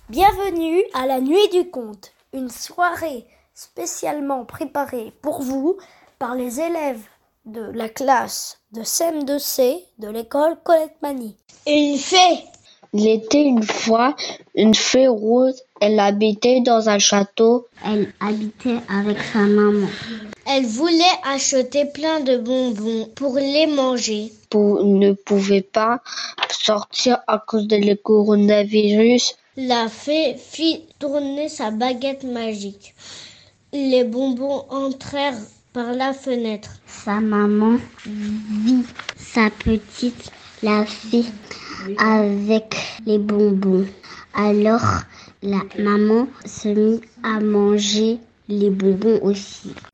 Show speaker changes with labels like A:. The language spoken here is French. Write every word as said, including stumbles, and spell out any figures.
A: Bienvenue à la Nuit du Conte, une soirée spécialement préparée pour vous par les élèves de la classe de C M deux C de l'école Colette Mani.
B: Une fée.
C: Il était une fois une fée rose. Elle habitait dans un château.
D: Elle habitait avec sa maman.
B: Elle voulait acheter plein de bonbons pour les manger.
C: Pour ne pouvait pas sortir à cause du coronavirus.
B: La fée fit tourner sa baguette magique. Les bonbons entrèrent par la fenêtre.
D: Sa maman vit sa petite, la fée, avec les bonbons. Alors, la maman se mit à manger les bonbons aussi.